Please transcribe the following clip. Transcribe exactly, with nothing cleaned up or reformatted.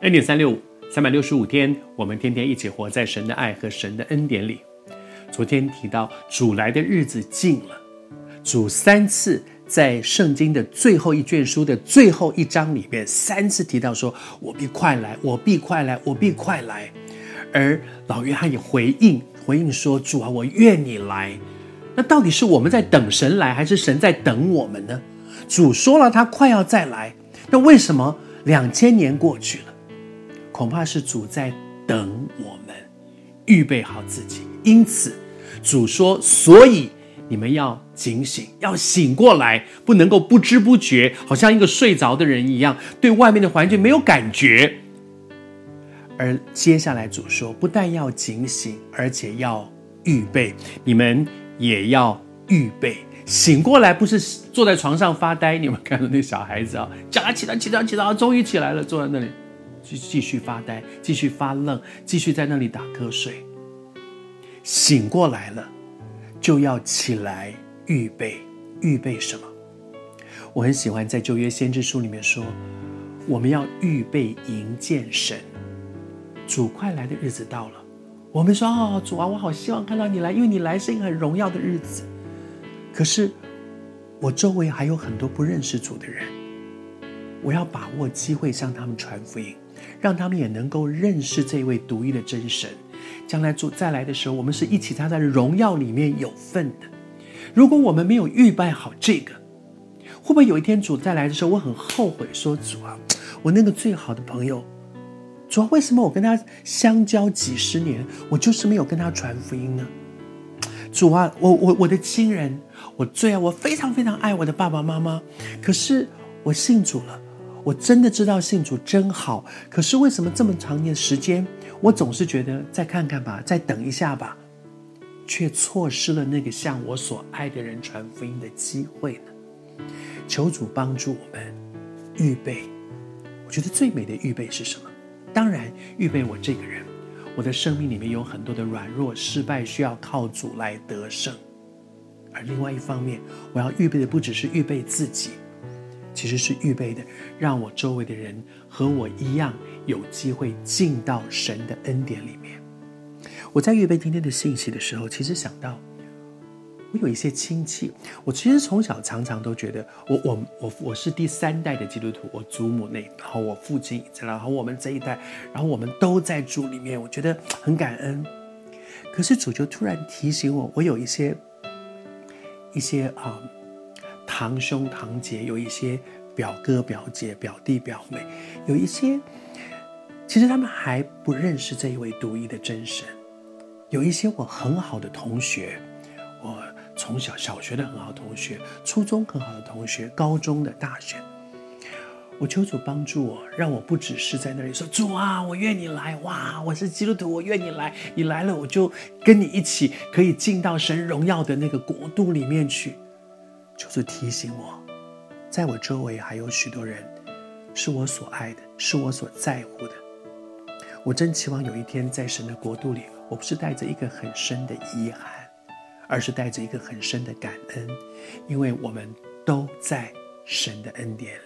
恩典三六五，三百六十五天，我们天天一起活在神的爱和神的恩典里。昨天提到主来的日子近了，主三次在圣经的最后一卷书的最后一章里面，三次提到说，我必快来，我必快来，我必快来。而老约翰也回应回应说，主啊，我愿你来。那到底是我们在等神来，还是神在等我们呢？主说了他快要再来，那为什么两千年过去了？恐怕是主在等我们预备好自己。因此主说，所以你们要警醒，要醒过来，不能够不知不觉，好像一个睡着的人一样，对外面的环境没有感觉。而接下来主说，不但要警醒，而且要预备，你们也要预备。醒过来不是坐在床上发呆，你们看到那小孩子啊，叫他起来起来起来，终于起来了，坐在那里继续发呆，继续发愣，继续在那里打瞌睡。醒过来了就要起来预备。预备什么？我很喜欢在旧约先知书里面说，我们要预备迎见神。主快来的日子到了，我们说，哦，主啊，我好希望看到你来，因为你来是一个很荣耀的日子。可是我周围还有很多不认识主的人，我要把握机会向他们传福音，让他们也能够认识这位独一的真神。将来主再来的时候，我们是一起他在荣耀里面有份的。如果我们没有预备好这个，会不会有一天主再来的时候，我很后悔说，主啊，我那个最好的朋友，主啊，为什么我跟他相交几十年，我就是没有跟他传福音呢？主啊，我我我的亲人，我最爱，我非常非常爱我的爸爸妈妈，可是我信主了，我真的知道信主真好，可是为什么这么长的时间，我总是觉得再看看吧，再等一下吧，却错失了那个向我所爱的人传福音的机会呢？求主帮助我们预备。我觉得最美的预备是什么？当然预备我这个人，我的生命里面有很多的软弱失败，需要靠主来得胜。而另外一方面，我要预备的不只是预备自己，其实是预备的让我周围的人和我一样有机会进到神的恩典里面。我在预备今天的信息的时候，其实想到我有一些亲戚，我其实从小常常都觉得我我我我是第三代的基督徒，我祖母那，然后我父亲，然后我们这一代，然后我们都在主里面，我觉得很感恩。可是主就突然提醒我，我有一些一些啊、嗯、堂兄堂姐，有一些表哥表姐、表弟表妹，有一些其实他们还不认识这一位独一的真神。有一些我很好的同学，我从小小学的很好的同学，初中很好的同学，高中的大学，我求主帮助我，让我不只是在那里说，主啊，我愿你来，哇，我是基督徒，我愿你来，你来了我就跟你一起可以进到神荣耀的那个国度里面去。求主提醒我，在我周围还有许多人是我所爱的，是我所在乎的。我真期望有一天在神的国度里，我不是带着一个很深的遗憾，而是带着一个很深的感恩，因为我们都在神的恩典里。